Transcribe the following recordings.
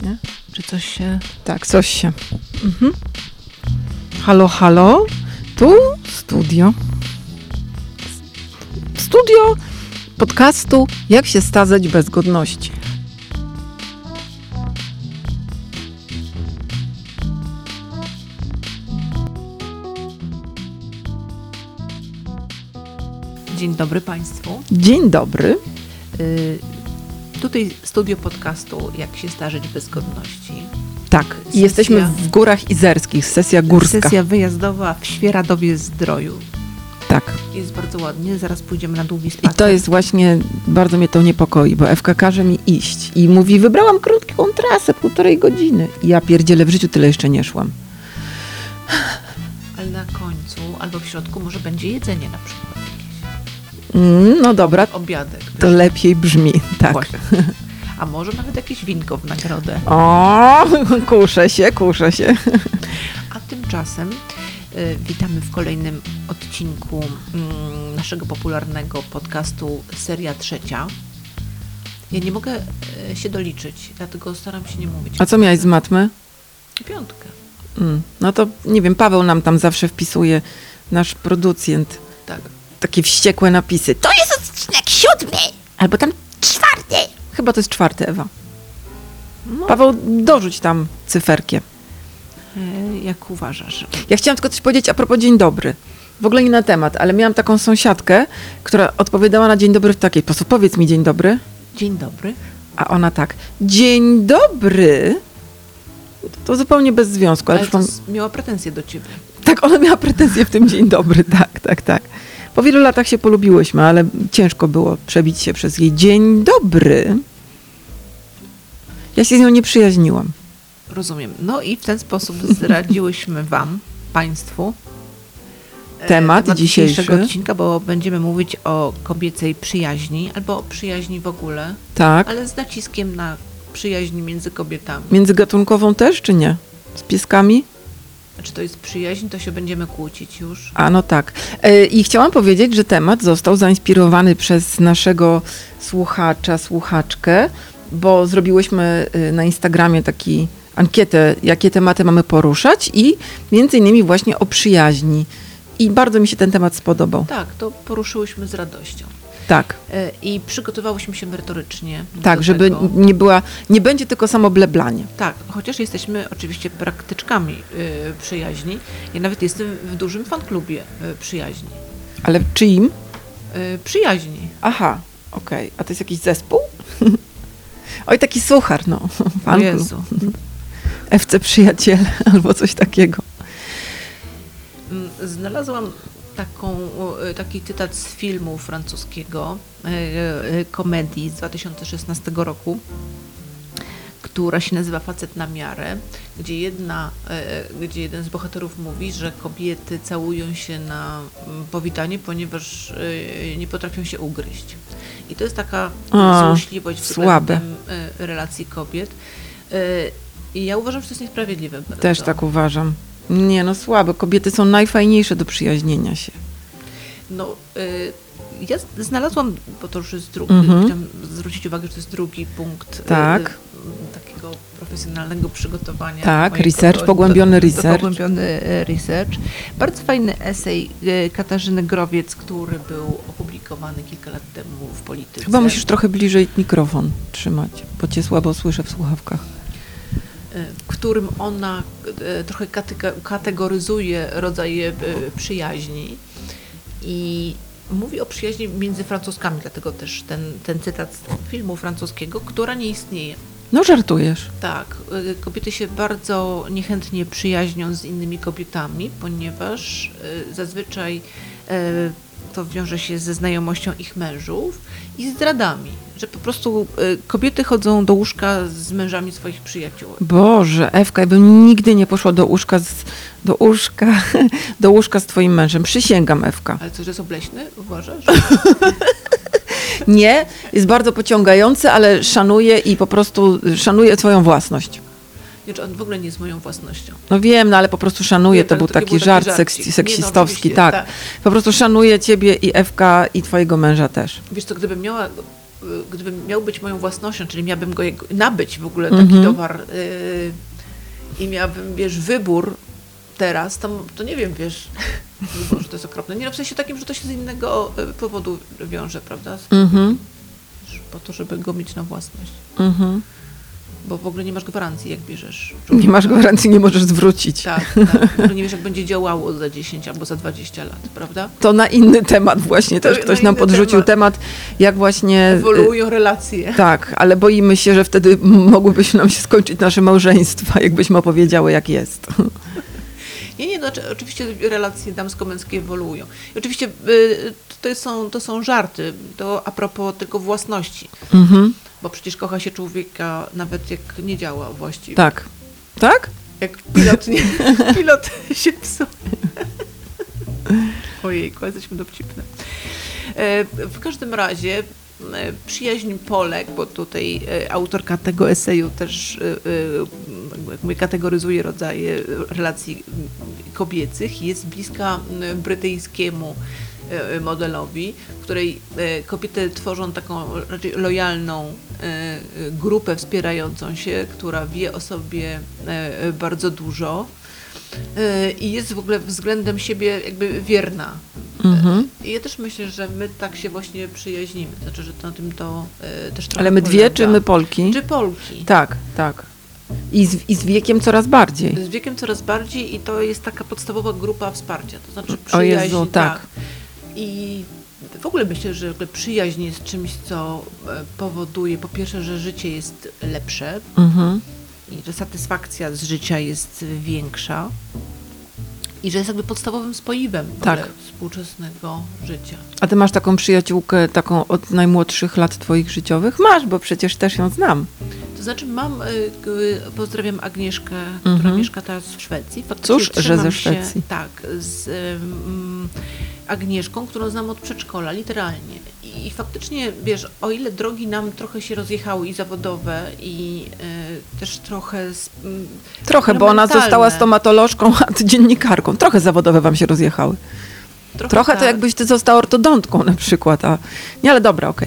Nie? Czy coś się... Tak, coś się. Mhm. Halo, halo. Tu studio. Studio podcastu Jak się starzeć bez godności. Dzień dobry Państwu. Dzień dobry. Tutaj studio podcastu Jak się starzeć bez godności. Tak, i jesteśmy w Górach Izerskich, sesja górska. Sesja wyjazdowa w Świeradowie-Zdroju. Tak. Jest bardzo ładnie, zaraz pójdziemy na długi spacer. I to jest właśnie, bardzo mnie to niepokoi, bo Ewka każe mi iść i mówi, wybrałam krótką trasę, 1,5 godziny. I ja pierdzielę, w życiu tyle jeszcze nie szłam. Ale na końcu albo w środku może będzie jedzenie na przykład jakieś. No dobra, Obiadek. to lepiej brzmi, tak. Właśnie. A może nawet jakieś winko w nagrodę. O, kuszę się. A tymczasem witamy w kolejnym odcinku naszego popularnego podcastu Seria Trzecia. Ja nie mogę się doliczyć, dlatego staram się nie mówić. A co miałeś z matmy? 5. No to nie wiem, Paweł nam tam zawsze wpisuje, nasz producent, Tak. takie wściekłe napisy. To jest odcinek 7, albo tam 4. Chyba to jest 4, Ewa. No, Paweł, dorzuć tam cyferkę. jak uważasz? Ja chciałam tylko coś powiedzieć a propos dzień dobry. W ogóle nie na temat, ale miałam taką sąsiadkę, która odpowiadała na dzień dobry w taki sposób. Powiedz mi dzień dobry. Dzień dobry. A ona tak, dzień dobry. To zupełnie bez związku. Ale to mam... miała pretensje do ciebie. Tak, ona miała pretensje w tym dzień dobry, tak. Po wielu latach się polubiłyśmy, ale ciężko było przebić się przez jej dzień dobry. Ja się z nią nie przyjaźniłam. Rozumiem. No i w ten sposób zdradziłyśmy wam, państwu, Temat dzisiejszego dzisiejszy. odcinka, bo będziemy mówić o kobiecej przyjaźni, albo o przyjaźni w ogóle, Tak. ale z naciskiem na przyjaźń między kobietami. Międzygatunkową też, czy nie? Z pieskami? Czy to jest przyjaźń, to się będziemy kłócić już. A no tak. I chciałam powiedzieć, że temat został zainspirowany przez naszego słuchaczkę, bo zrobiłyśmy na Instagramie taki ankietę, jakie tematy mamy poruszać i między innymi właśnie o przyjaźni. I bardzo mi się ten temat spodobał. Tak, to poruszyłyśmy z radością. Tak, I przygotowałyśmy się merytorycznie. tak, do żeby tego. nie będzie tylko samo bleblanie. Tak, chociaż jesteśmy oczywiście praktyczkami przyjaźni. Ja nawet jestem w dużym fanklubie przyjaźni. Ale czyim? Przyjaźni. Aha, okej. A to jest jakiś zespół? Oj, taki suchar, no. O Fan klub. Jezu. FC Przyjaciele albo coś takiego. Znalazłam taki cytat z filmu francuskiego, komedii z 2016 roku, która się nazywa Facet na miarę, gdzie jeden z bohaterów mówi, że kobiety całują się na powitanie, ponieważ nie potrafią się ugryźć. I to jest taka złośliwość względem relacji kobiet. I ja uważam, że to jest niesprawiedliwe. Bardzo. Też tak uważam. Nie, no słabe. Kobiety są najfajniejsze do przyjaźnienia się. No, ja znalazłam, bo to już jest drugi, chciałam zwrócić uwagę, że to jest drugi punkt takiego profesjonalnego przygotowania. Tak, research, pogłębiony research. Pogłębiony research. Bardzo fajny esej Katarzyny Growiec, który był opublikowany kilka lat temu w Polityce. Chyba musisz trochę bliżej mikrofon trzymać, bo cię słabo słyszę w słuchawkach. W którym ona trochę kategoryzuje rodzaje przyjaźni i mówi o przyjaźni między Francuzkami, dlatego też ten cytat z filmu francuskiego, która nie istnieje. No żartujesz. Tak, kobiety się bardzo niechętnie przyjaźnią z innymi kobietami, ponieważ zazwyczaj to wiąże się ze znajomością ich mężów i zdradami, że po prostu kobiety chodzą do łóżka z mężami swoich przyjaciół. Boże, Ewka, ja bym nigdy nie poszła do łóżka z twoim mężem. Przysięgam, Ewka. Ale co, że jest obleśny, uważasz? Nie, jest bardzo pociągający, ale szanuję i po prostu szanuję twoją własność. Znaczy, on w ogóle nie jest moją własnością. No wiem, no ale po prostu szanuję, Wiem, to ale był to taki był żart żarcik. seksistowski, Nie, no, tak. Po prostu szanuję ciebie i Ewka i twojego męża też. Wiesz co, gdybym miała gdybym miał być moją własnością, czyli miałabym go nabyć w ogóle taki towar i miałabym, wiesz, wybór teraz, to nie wiem, wiesz, że to jest okropne. Nie, no w sensie takim, że to się z innego powodu wiąże, prawda? Po to, żeby go mieć na własność. Bo w ogóle nie masz gwarancji, jak bierzesz. Nie masz gwarancji, nie możesz zwrócić. Tak. W ogóle nie wiesz, jak będzie działało za 10 albo za 20 lat, prawda? To na inny temat właśnie też ktoś nam podrzucił temat, jak właśnie... Ewoluują relacje. Tak, ale boimy się, że wtedy mogłyby nam się skończyć nasze małżeństwa, jakbyśmy opowiedziały, jak jest. Nie, no, oczywiście relacje damsko-męskie ewoluują. I oczywiście to są żarty, to a propos tylko własności. Bo przecież kocha się człowieka nawet jak nie działa właściwie. Tak. Tak? Jak pilot się psuje. Ojejku, jesteśmy dowcipne. W każdym razie przyjaźń Polek, bo tutaj autorka tego eseju też jak mówię, kategoryzuje rodzaje relacji kobiecych, jest bliska brytyjskiemu modelowi, w której kobiety tworzą taką raczej lojalną grupę wspierającą się, która wie o sobie bardzo dużo i jest w ogóle względem siebie jakby wierna. I ja też myślę, że my tak się właśnie przyjaźnimy. Znaczy, że na tym to też trochę Ale my dwie, polega. czy my Polki? Czy Polki. Tak, tak. I z wiekiem coraz bardziej. Z wiekiem coraz bardziej i to jest taka podstawowa grupa wsparcia. To znaczy przyjaźń. O Jezu, tak. I w ogóle myślę, że przyjaźń jest czymś, co powoduje po pierwsze, że życie jest lepsze i że satysfakcja z życia jest większa i że jest jakby podstawowym spoiwem w ogóle współczesnego życia. A ty masz taką przyjaciółkę, taką od najmłodszych lat twoich życiowych? Masz, bo przecież też ją znam. To znaczy pozdrawiam Agnieszkę, która mieszka teraz w Szwecji. Faktycznie Cóż, że ze Szwecji. Tak, z Agnieszką, którą znam od przedszkola, literalnie. I faktycznie, wiesz, o ile drogi nam trochę się rozjechały i zawodowe i też trochę... Trochę, bo ona została stomatolożką, a ty dziennikarką. Trochę zawodowe wam się rozjechały. Trochę to jakbyś ty została ortodontką na przykład. Nie, ale dobra, okej.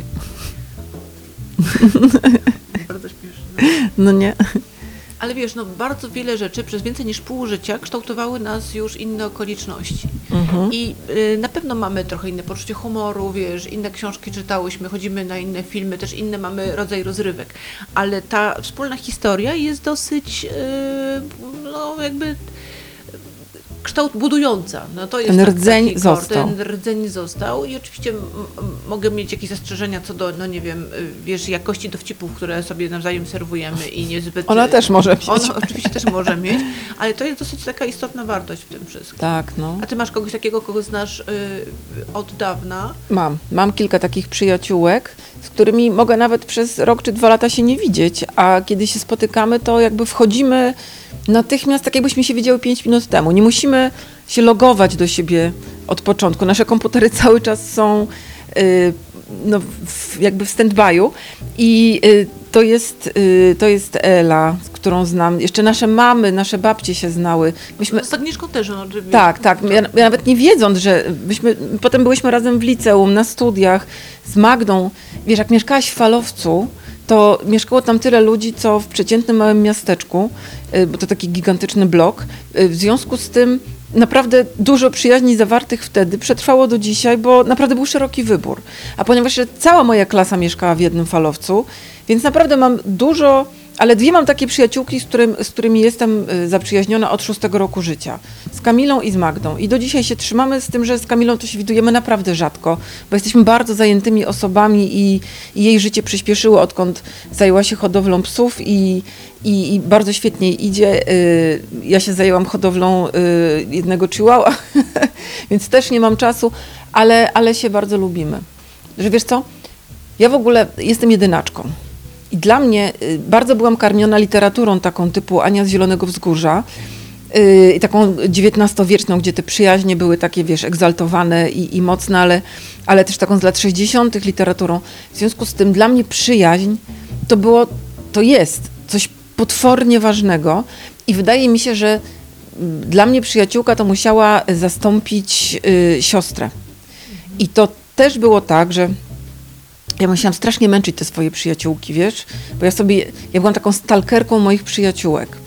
Bardzo śmieszne. No nie. Ale wiesz, no bardzo wiele rzeczy przez więcej niż pół życia kształtowały nas już inne okoliczności. I na pewno mamy trochę inne poczucie humoru, wiesz, inne książki czytałyśmy, chodzimy na inne filmy, też inny mamy rodzaj rozrywek. Ale ta wspólna historia jest dosyć, no jakby kształt budująca. No to jest ten rdzeń został. Ten rdzeń został i oczywiście mogę mieć jakieś zastrzeżenia co do, no nie wiem, wiesz, jakości dowcipów, które sobie nawzajem serwujemy i niezbyt... Ona też może mieć. Ona oczywiście też może mieć, ale to jest dosyć taka istotna wartość w tym wszystkim. Tak, no. A ty masz kogoś takiego, kogo znasz od dawna? Mam kilka takich przyjaciółek, z którymi mogę nawet przez rok czy 2 lata się nie widzieć, a kiedy się spotykamy, to jakby wchodzimy natychmiast, tak jakbyśmy się widziały 5 minut temu. Nie musimy się logować do siebie od początku. Nasze komputery cały czas są jakby w stand-by'u i to jest Ela, z którą znam. Jeszcze nasze mamy, nasze babcie się znały. Z Agnieszką też. No, tak. Ja nawet nie wiedząc, że potem byliśmy razem w liceum, na studiach z Magdą. Wiesz, jak mieszkałaś w Falowcu, to mieszkało tam tyle ludzi, co w przeciętnym małym miasteczku, bo to taki gigantyczny blok. W związku z tym naprawdę dużo przyjaźni zawartych wtedy przetrwało do dzisiaj, bo naprawdę był szeroki wybór. A ponieważ cała moja klasa mieszkała w jednym Falowcu, więc naprawdę mam dużo, ale 2 mam takie przyjaciółki, z którymi jestem zaprzyjaźniona od 6 roku życia. Z Kamilą i z Magdą. I do dzisiaj się trzymamy, z tym, że z Kamilą to się widujemy naprawdę rzadko, bo jesteśmy bardzo zajętymi osobami i jej życie przyspieszyło, odkąd zajęła się hodowlą psów i bardzo świetnie idzie. Ja się zajęłam hodowlą jednego chihuahua, więc też nie mam czasu, ale się bardzo lubimy. Że wiesz co? Ja w ogóle jestem jedynaczką. I dla mnie bardzo byłam karmiona literaturą taką typu Ania z Zielonego Wzgórza, i taką XIX-wieczną, gdzie te przyjaźnie były takie, wiesz, egzaltowane i mocne, ale też taką z lat 60. literaturą. W związku z tym dla mnie przyjaźń to jest coś potwornie ważnego i wydaje mi się, że dla mnie przyjaciółka to musiała zastąpić siostrę. I to też było tak, że ja musiałam strasznie męczyć te swoje przyjaciółki, wiesz? Bo ja byłam taką stalkerką moich przyjaciółek.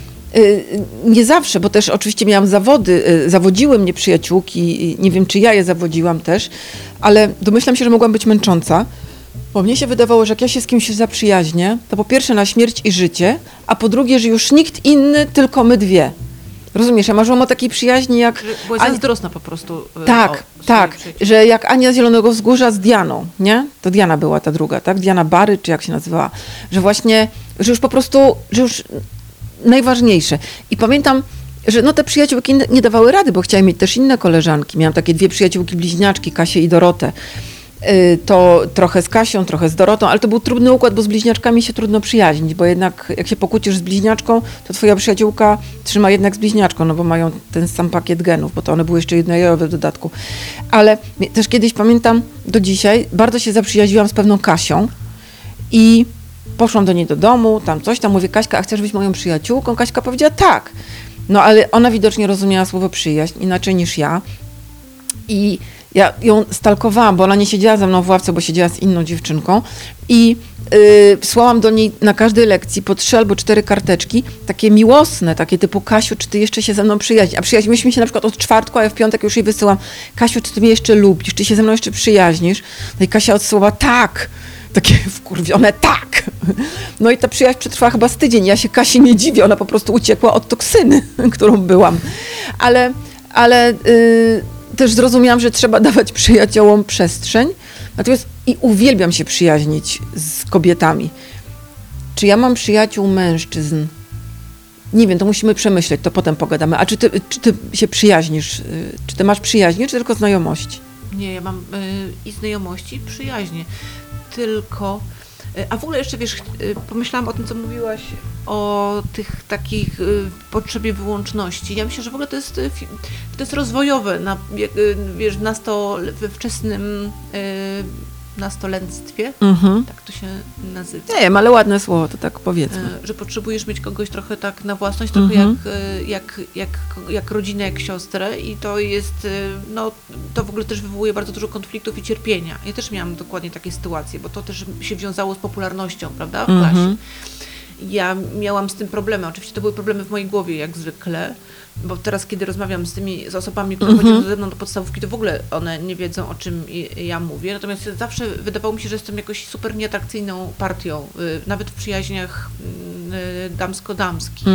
Nie zawsze, bo też oczywiście miałam zawody, zawodziły mnie przyjaciółki, nie wiem, czy ja je zawodziłam też, ale domyślam się, że mogłam być męcząca, bo mnie się wydawało, że jak ja się z kimś zaprzyjaźnię, to po pierwsze na śmierć i życie, a po drugie, że już nikt inny, tylko my dwie. Rozumiesz, ja marzyłam o takiej przyjaźni jak... Byłaś zazdrosna po prostu. Tak, że jak Ania z Zielonego Wzgórza z Dianą, nie? To Diana była ta druga, tak? Diana Bary, czy jak się nazywała. Że właśnie, że już po prostu, że już najważniejsze. I pamiętam, że no te przyjaciółki nie dawały rady, bo chciałam mieć też inne koleżanki. Miałam takie 2 przyjaciółki bliźniaczki, Kasię i Dorotę. To trochę z Kasią, trochę z Dorotą, ale to był trudny układ, bo z bliźniaczkami się trudno przyjaźnić, bo jednak jak się pokłócisz z bliźniaczką, to twoja przyjaciółka trzyma jednak z bliźniaczką, no bo mają ten sam pakiet genów, bo to one były jeszcze jednojajowe w dodatku. Ale też kiedyś pamiętam do dzisiaj, bardzo się zaprzyjaźniłam z pewną Kasią i poszłam do niej do domu, tam coś, tam mówię, Kaśka, a chcesz być moją przyjaciółką? Kaśka powiedziała tak. No ale ona widocznie rozumiała słowo przyjaźń inaczej niż ja i ja ją stalkowałam, bo ona nie siedziała ze mną w ławce, bo siedziała z inną dziewczynką i słałam do niej na każdej lekcji po 3 albo 4 karteczki, takie miłosne, takie typu Kasiu, czy ty jeszcze się ze mną przyjaźnisz? A przyjaźniliśmy się na przykład od czwartku, a ja w piątek już jej wysyłam, Kasiu, czy ty mnie jeszcze lubisz? Czy się ze mną jeszcze przyjaźnisz? No i Kasia odsyłała tak, takie wkurwione tak. No i ta przyjaźń przetrwała chyba z tydzień. Ja się Kasi nie dziwię, ona po prostu uciekła od toksyny, którą byłam. Ale też zrozumiałam, że trzeba dawać przyjaciołom przestrzeń. Natomiast i uwielbiam się przyjaźnić z kobietami. Czy ja mam przyjaciół mężczyzn? Nie wiem, to musimy przemyśleć, to potem pogadamy. A czy ty się przyjaźnisz? Czy ty masz przyjaźnie, czy tylko znajomości? Nie, ja mam i znajomości, i przyjaźnie. Tylko... A w ogóle jeszcze, wiesz, pomyślałam o tym, co mówiłaś o tych takich potrzebie wyłączności. Ja myślę, że w ogóle to jest rozwojowe, wiesz, we wczesnym nastolenstwie, tak to się nazywa. Nie wiem, ale ładne słowo, to tak powiedzmy. Że potrzebujesz mieć kogoś trochę tak na własność, trochę jak rodzinę, jak siostrę i to jest, no to w ogóle też wywołuje bardzo dużo konfliktów i cierpienia. Ja też miałam dokładnie takie sytuacje, bo to też się wiązało z popularnością, prawda, w klasie. Ja miałam z tym problemy. Oczywiście to były problemy w mojej głowie, jak zwykle, bo teraz, kiedy rozmawiam z osobami, które chodzą ze mną do podstawówki, to w ogóle one nie wiedzą, o czym ja mówię. Natomiast zawsze wydawało mi się, że jestem jakoś super nieatrakcyjną partią, nawet w przyjaźniach damsko-damskich.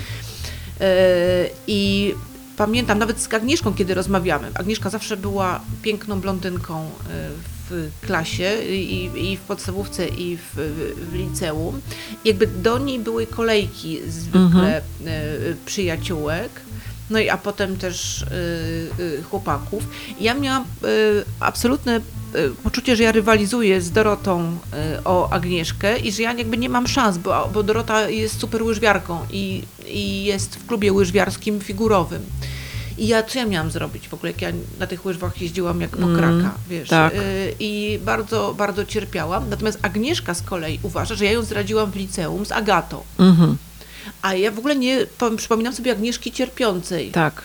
I pamiętam nawet z Agnieszką, kiedy rozmawiamy. Agnieszka zawsze była piękną blondynką w klasie i w podstawówce, i w liceum. Jakby do niej były kolejki zwykle przyjaciółek, no a potem też chłopaków. I ja miałam absolutne poczucie, że ja rywalizuję z Dorotą o Agnieszkę i że ja jakby nie mam szans, bo Dorota jest super łyżwiarką i jest w klubie łyżwiarskim figurowym. I co ja miałam zrobić w ogóle, jak ja na tych łyżwach jeździłam jak mokraka, wiesz. Tak. I bardzo, bardzo cierpiałam. Natomiast Agnieszka z kolei uważa, że ja ją zdradziłam w liceum z Agatą. A ja w ogóle nie przypominam sobie Agnieszki cierpiącej. Tak.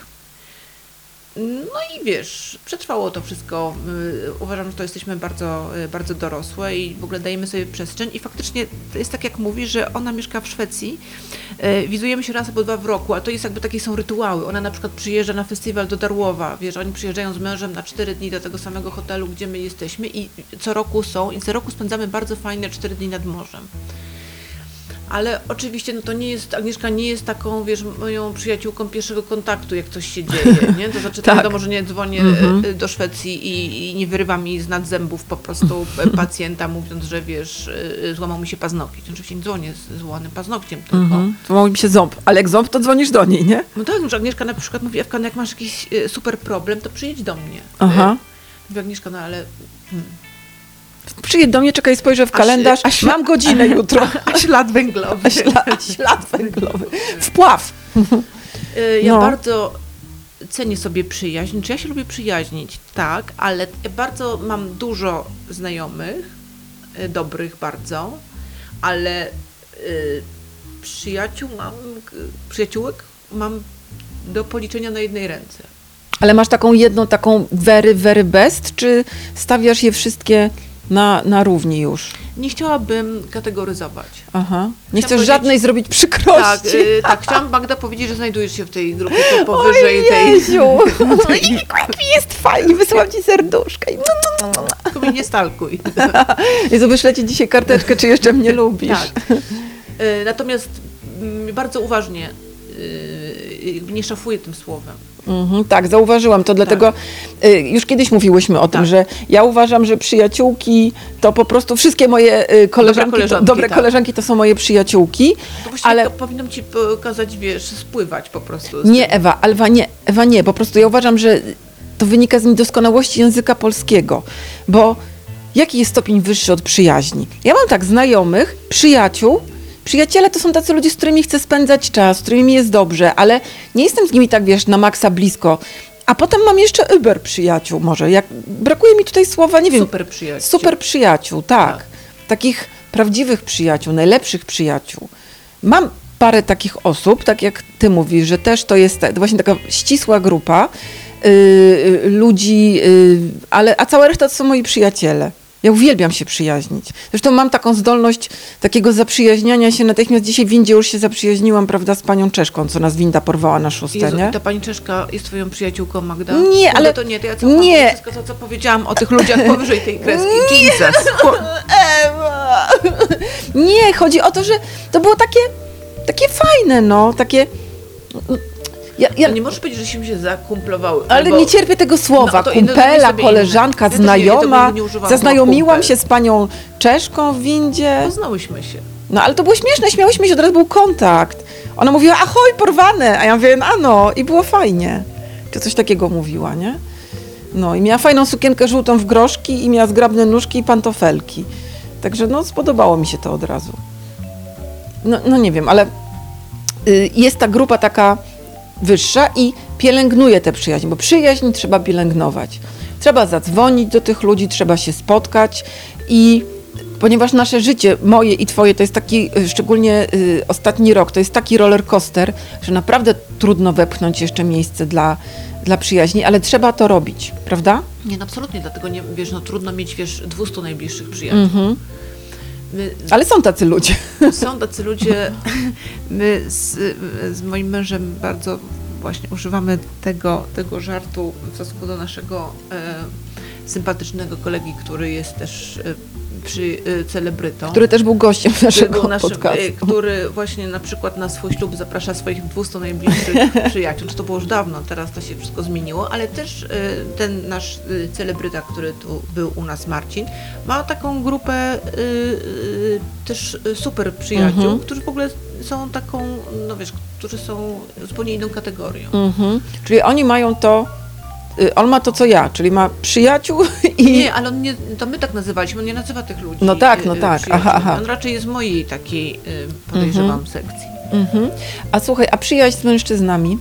No i wiesz, przetrwało to wszystko. Uważam, że to jesteśmy bardzo, bardzo dorosłe i w ogóle dajemy sobie przestrzeń. I faktycznie to jest tak, jak mówi, że ona mieszka w Szwecji. Wizujemy się raz albo 2 w roku, a to jest jakby takie są rytuały. Ona na przykład przyjeżdża na festiwal do Darłowa. Wiesz, oni przyjeżdżają z mężem na 4 dni do tego samego hotelu, gdzie my jesteśmy i co roku spędzamy bardzo fajne 4 dni nad morzem. Ale oczywiście no to nie jest, Agnieszka nie jest taką, wiesz, moją przyjaciółką pierwszego kontaktu, jak coś się dzieje, nie? To znaczy, to wiadomo, że nie dzwonię do Szwecji i nie wyrywam mi z nad zębów po prostu pacjenta, mówiąc, że wiesz, złamał mi się paznokieć. Oczywiście nie dzwonię z złamanym paznokciem, tylko... Złamał mi się ząb, ale jak ząb, to dzwonisz do niej, nie? No tak, że Agnieszka na przykład mówi, Ewka, no jak masz jakiś super problem, to przyjedź do mnie. Mówi Agnieszka, no ale... Przyjedź do mnie, czekaj, spojrzę w kalendarz, mam godzinę jutro. A ślad węglowy. Ślad węglowy. Wpław. Ja bardzo cenię sobie przyjaźń. Czy ja się lubię przyjaźnić? Tak, ale ja bardzo mam dużo znajomych, dobrych bardzo, ale przyjaciółek mam do policzenia na jednej ręce. Ale masz taką jedną, taką very, very best, czy stawiasz je wszystkie na równi już. Nie chciałabym kategoryzować. Aha. Nie chcesz powiedzieć- żadnej zrobić przykrości. Tak, tak, chciałam Magda powiedzieć, że znajdujesz się w tej grupie to powyżej tej... Jeziu. Jaki jest fajnie, wysyłam ci serduszka. Tylko mnie nie stalkuj. Jezu, wyślę ci dzisiaj karteczkę, czy jeszcze mnie lubisz. Tak. Natomiast bardzo uważnie nie szafuję tym słowem. Tak, zauważyłam to, dlatego już kiedyś mówiłyśmy o tym, Tak. że ja uważam, że przyjaciółki to po prostu wszystkie moje koleżanki, dobre tak. koleżanki to są moje przyjaciółki, To właściwie ale... to powinnam ci pokazać, wiesz, spływać po prostu. Nie, Ewa, nie, po prostu ja uważam, że to wynika z niedoskonałości języka polskiego, bo jaki jest stopień wyższy od przyjaźni? Ja mam tak znajomych, przyjaciół, przyjaciele to są tacy ludzie, z którymi chcę spędzać czas, z którymi mi jest dobrze, ale nie jestem z nimi tak, wiesz, na maksa blisko. A potem mam jeszcze uber przyjaciół może, jak brakuje mi tutaj słowa, nie wiem. Super przyjaciół. Super przyjaciół, tak. Takich prawdziwych przyjaciół, najlepszych przyjaciół. Mam parę takich osób, tak jak ty mówisz, że też to jest właśnie taka ścisła grupa ludzi, a cała reszta to są moi przyjaciele. Ja uwielbiam się przyjaźnić. Zresztą mam taką zdolność takiego zaprzyjaźniania się. Natychmiast dzisiaj w windzie już się zaprzyjaźniłam, prawda, z panią Czeszką, co nas winda porwała na szóste, Jezu, nie? ta pani Czeszka jest twoją przyjaciółką, Magda? Nie, Kurde, ale- to nie, to ja cofam nie. wszystko, co powiedziałam o tych ludziach powyżej tej kreski. Jesus. Ewa! Nie, chodzi o to, że to było takie fajne, no, takie... Ja, To nie możesz powiedzieć, żeśmy się zakumplowały. ale albo... nie cierpię tego słowa. No, to inne Kumpela, sobie koleżanka, inne. Ja też znajoma. nie używałam Zaznajomiłam kumpel. się z panią Czeszką w windzie. Poznałyśmy się. No ale to było śmieszne, śmiałyśmy się, od razu był kontakt. Ona mówiła, ahoj, porwane, a ja mówię, no i było fajnie. Czy coś takiego mówiła, nie? No i miała fajną sukienkę żółtą w groszki i miała zgrabne nóżki i pantofelki. Także no spodobało mi się to od razu. No nie wiem, ale jest ta grupa taka wyższa i pielęgnuje tę przyjaźń, bo przyjaźń trzeba pielęgnować. Trzeba zadzwonić do tych ludzi, trzeba się spotkać i ponieważ nasze życie, moje i twoje, to jest taki, szczególnie ostatni rok, to jest taki roller coaster, że naprawdę trudno wepchnąć jeszcze miejsce dla przyjaźni, ale trzeba to robić, prawda? Nie, no absolutnie, dlatego nie, wiesz, no trudno mieć, wiesz, 200 najbliższych przyjaciół. My, Ale są tacy ludzie. są tacy ludzie, my z moim mężem bardzo właśnie używamy tego żartu w stosunku do naszego sympatycznego kolegi, który jest też celebrytą. Który też był gościem naszego był podcastu. który właśnie na przykład na swój ślub zaprasza swoich 200 najbliższych przyjaciół. Czy to było już dawno, teraz to się wszystko zmieniło, ale też ten nasz celebryta, który tu był u nas, Marcin, ma taką grupę też super przyjaciół, którzy w ogóle są taką, no wiesz, którzy są zupełnie inną kategorią. Czyli oni mają to, on ma to co ja, czyli ma przyjaciół i... Nie, ale on nie, to my tak nazywaliśmy, on nie nazywa tych ludzi. No tak. przyjaciółmi. Aha. On raczej jest w mojej takiej, podejrzewam, sekcji. A słuchaj, a przyjaźń z mężczyznami?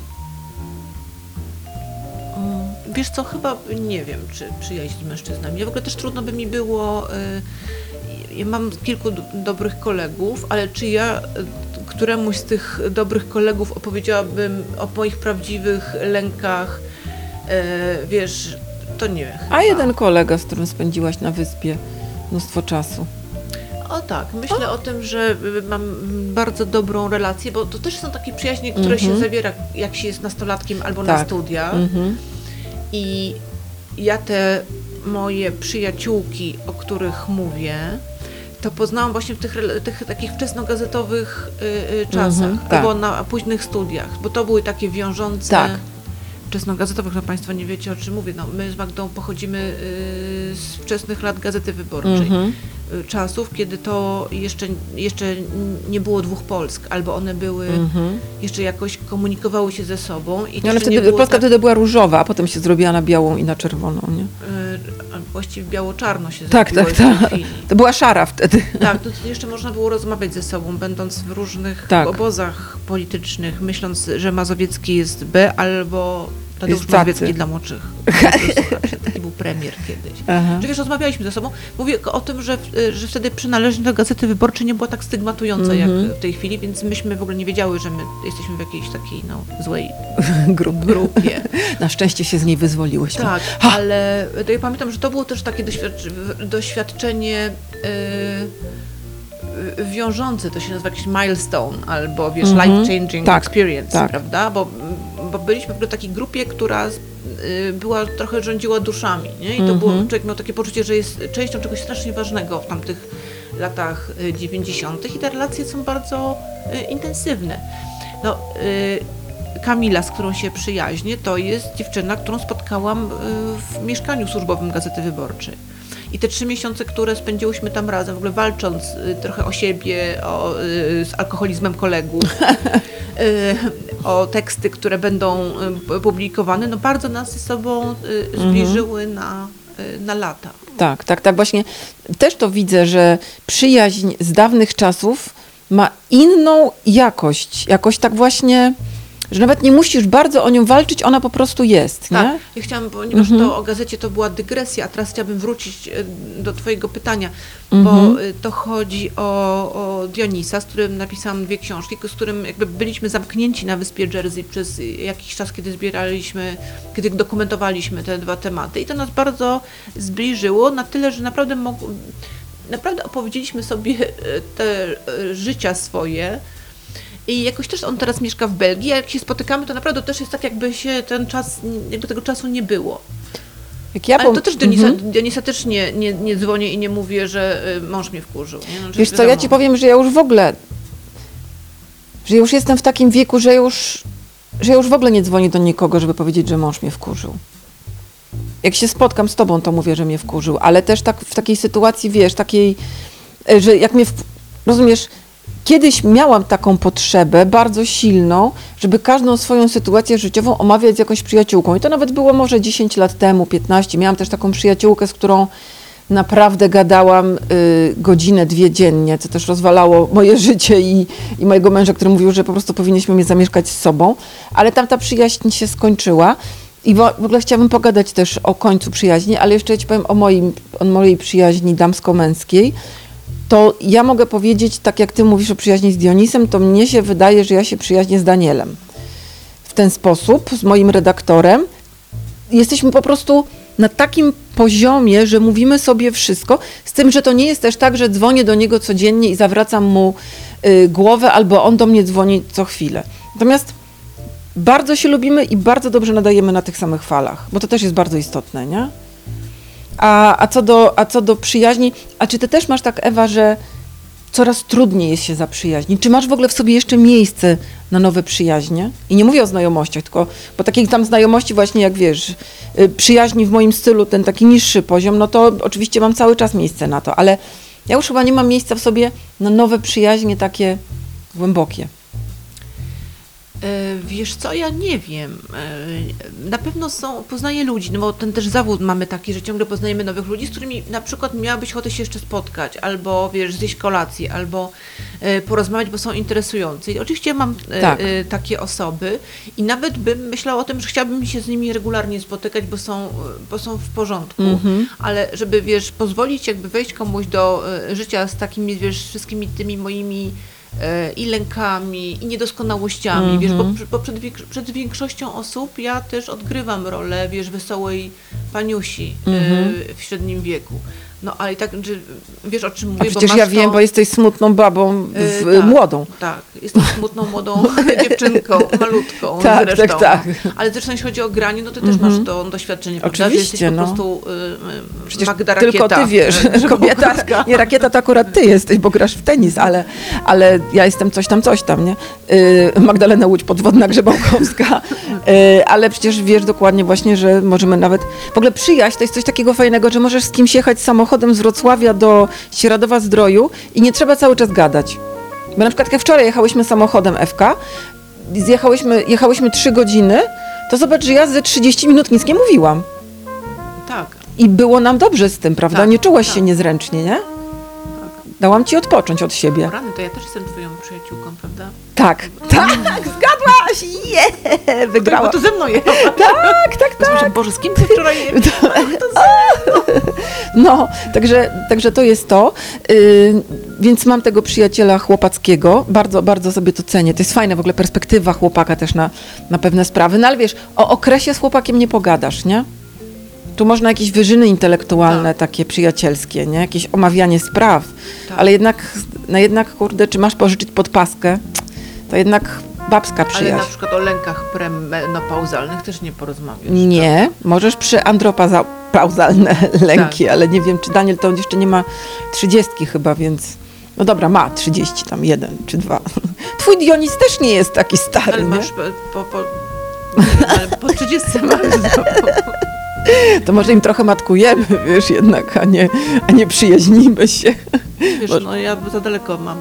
Wiesz co, chyba nie wiem, czy przyjaźń z mężczyznami. Ja w ogóle też trudno by mi było, ja mam kilku dobrych kolegów, ale czy ja któremuś z tych dobrych kolegów opowiedziałabym o moich prawdziwych lękach, wiesz, to nie. Chyba. A jeden kolega, z którym spędziłaś na wyspie mnóstwo czasu. O tak, myślę o tym, że mam bardzo dobrą relację, bo to też są takie przyjaźnie, które się zawiera, jak się jest nastolatkiem albo na Tak. studiach. I ja te moje przyjaciółki, o których mówię, to poznałam właśnie w tych takich wczesnogazetowych czasach, tak. albo na późnych studiach, bo to były takie wiążące... Tak. Wczesnogazetowych, no Państwo nie wiecie, o czym mówię. No, my z Magdą pochodzimy z wczesnych lat Gazety Wyborczej. Czasów, kiedy to jeszcze nie było dwóch Polsk, albo one były, jeszcze jakoś komunikowały się ze sobą. I No, ale wtedy, Polska wtedy była różowa, a potem się zrobiła na białą i na czerwoną, nie? Właściwie biało-czarno się Tak, zrobiło tak. w tej chwili. To była szara wtedy. Tak, to jeszcze można było rozmawiać ze sobą, będąc w różnych Tak. obozach politycznych, myśląc, że Mazowiecki jest B albo Tadeusz Jest tacy. Mazowiecki dla młodszych. Taki był premier kiedyś. Że wiesz, rozmawialiśmy ze sobą. Mówię o tym, że wtedy przynależność do Gazety Wyborczej nie była tak stygmatująca jak w tej chwili, więc myśmy w ogóle nie wiedziały, że my jesteśmy w jakiejś takiej złej grupie. Na szczęście się z niej wyzwoliłyśmy. Tak, ale ja pamiętam, że to było też takie doświadczenie wiążące, to się nazywa jakiś milestone, albo wiesz, life-changing experience, prawda? Bo byliśmy w takiej grupie, która rządziła duszami, nie? I to było, człowiek miał takie poczucie, że jest częścią czegoś strasznie ważnego w tamtych latach 90. i te relacje są bardzo intensywne. Kamila, z którą się przyjaźnię, to jest dziewczyna, którą spotkałam w mieszkaniu służbowym Gazety Wyborczej. I te 3 miesiące, które spędziłyśmy tam razem, w ogóle walcząc trochę o siebie, z alkoholizmem kolegów, o teksty, które będą publikowane, bardzo nas ze sobą zbliżyły na lata. Tak. Właśnie też to widzę, że przyjaźń z dawnych czasów ma inną jakość. Jakoś tak właśnie, że nawet nie musisz bardzo o nią walczyć, ona po prostu jest, tak. nie? Ja chciałam, ponieważ to o gazecie to była dygresja, a teraz chciałabym wrócić do twojego pytania, bo to chodzi o Dionisa, z którym napisałam 2 książki, z którym jakby byliśmy zamknięci na wyspie Jersey przez jakiś czas, kiedy dokumentowaliśmy te 2 tematy i to nas bardzo zbliżyło na tyle, że naprawdę opowiedzieliśmy sobie te życia swoje. I jakoś też on teraz mieszka w Belgii, a jak się spotykamy, to naprawdę też jest tak, jakby się jakby tego czasu nie było. Ale to też Dionisa też nie dzwonię i nie mówię, że mąż mnie wkurzył. Nie? Wiesz co, ja ci powiem, że ja już jestem w takim wieku, że ja już w ogóle nie dzwonię do nikogo, żeby powiedzieć, że mąż mnie wkurzył. Jak się spotkam z tobą, to mówię, że mnie wkurzył, ale też tak w takiej sytuacji, wiesz, takiej, że jak mnie, rozumiesz, kiedyś miałam taką potrzebę bardzo silną, żeby każdą swoją sytuację życiową omawiać z jakąś przyjaciółką. I to nawet było może 10 lat temu, 15. Miałam też taką przyjaciółkę, z którą naprawdę gadałam godzinę, 2 dziennie, co też rozwalało moje życie i mojego męża, który mówił, że po prostu powinniśmy mnie zamieszkać z sobą. Ale tam ta przyjaźń się skończyła. I w ogóle chciałabym pogadać też o końcu przyjaźni, ale jeszcze ja ci powiem o mojej przyjaźni damsko-męskiej. To ja mogę powiedzieć, tak jak ty mówisz o przyjaźni z Dionisem, to mnie się wydaje, że ja się przyjaźnię z Danielem. W ten sposób, z moim redaktorem. Jesteśmy po prostu na takim poziomie, że mówimy sobie wszystko, z tym, że to nie jest też tak, że dzwonię do niego codziennie i zawracam mu głowę, albo on do mnie dzwoni co chwilę. Natomiast bardzo się lubimy i bardzo dobrze nadajemy na tych samych falach, bo to też jest bardzo istotne, nie? A co do przyjaźni, a czy ty też masz tak, Ewa, że coraz trudniej jest się zaprzyjaźnić? Czy masz w ogóle w sobie jeszcze miejsce na nowe przyjaźnie? I nie mówię o znajomościach, tylko, bo takich tam znajomości właśnie, jak wiesz, przyjaźni w moim stylu, ten taki niższy poziom, no to oczywiście mam cały czas miejsce na to, ale ja już chyba nie mam miejsca w sobie na nowe przyjaźnie takie głębokie. Wiesz co, ja nie wiem. Na pewno poznaję ludzi, no bo ten też zawód mamy taki, że ciągle poznajemy nowych ludzi, z którymi na przykład miałabyś ochotę się jeszcze spotkać, albo wiesz, zjeść kolację, albo porozmawiać, bo są interesujący. I oczywiście mam takie osoby i nawet bym myślała o tym, że chciałabym się z nimi regularnie spotykać, bo są w porządku, ale żeby, wiesz, pozwolić jakby wejść komuś do życia z takimi, wiesz, wszystkimi tymi moimi i lękami, i niedoskonałościami, wiesz, bo przed większością osób ja też odgrywam rolę, wiesz, wesołej paniusi w średnim wieku. No, ale i tak, że wiesz, o czym mówię, bo przecież ja wiem, bo jesteś smutną babą, młodą. Tak, jestem smutną, młodą dziewczynką, malutką zresztą. Tak. Ale zresztą jeśli chodzi o granie, no ty też masz to doświadczenie, prawda? Oczywiście, że jesteś po prostu przecież Magda Rakieta. Tylko ty wiesz, kobieta, nie Rakieta to akurat ty jesteś, bo grasz w tenis, ale ja jestem coś tam, nie? Magdalena Łódź, podwodna Grzebałkowska, ale przecież wiesz dokładnie właśnie, że możemy nawet, w ogóle przyjaźń to jest coś takiego fajnego, że możesz z kimś jechać samochodem z Wrocławia do Sieраdowa-Zdroju i nie trzeba cały czas gadać. Bo na przykład jak wczoraj jechałyśmy samochodem FK, jechałyśmy 3 godziny, to zobacz, że ja ze 30 minut nic nie mówiłam. Tak. I było nam dobrze z tym, prawda? Tak, nie czułaś się niezręcznie, nie? Tak. Dałam ci odpocząć od siebie. Rany, to ja też jestem twoją przyjaciółką, prawda? Tak, zgadłaś! Wygrała. Bo to ze mną jest. Tak. Boże, z kim ty wczoraj No, także to jest to. Więc mam tego przyjaciela chłopackiego. Bardzo, bardzo sobie to cenię. To jest fajna w ogóle perspektywa chłopaka też na pewne sprawy. No ale wiesz, o okresie z chłopakiem nie pogadasz, nie? Tu można jakieś wyżyny intelektualne, takie przyjacielskie, nie? Jakieś omawianie spraw. Tak. Ale jednak, kurde, czy masz pożyczyć podpaskę? To jednak babska przyjaźń. Ale na przykład o lękach premenopauzalnych też nie porozmawiasz. Nie, możesz przy andropauzalne lęki, ale nie wiem, czy Daniel to jeszcze nie ma 30 chyba, więc no dobra, ma 30, tam 1 czy 2. Twój Dionis też nie jest taki stary, Ale nie? masz ale po 30 masz. To może im trochę matkujemy, wiesz, jednak, a nie przyjaźnimy się. Wiesz, no ja za daleko mam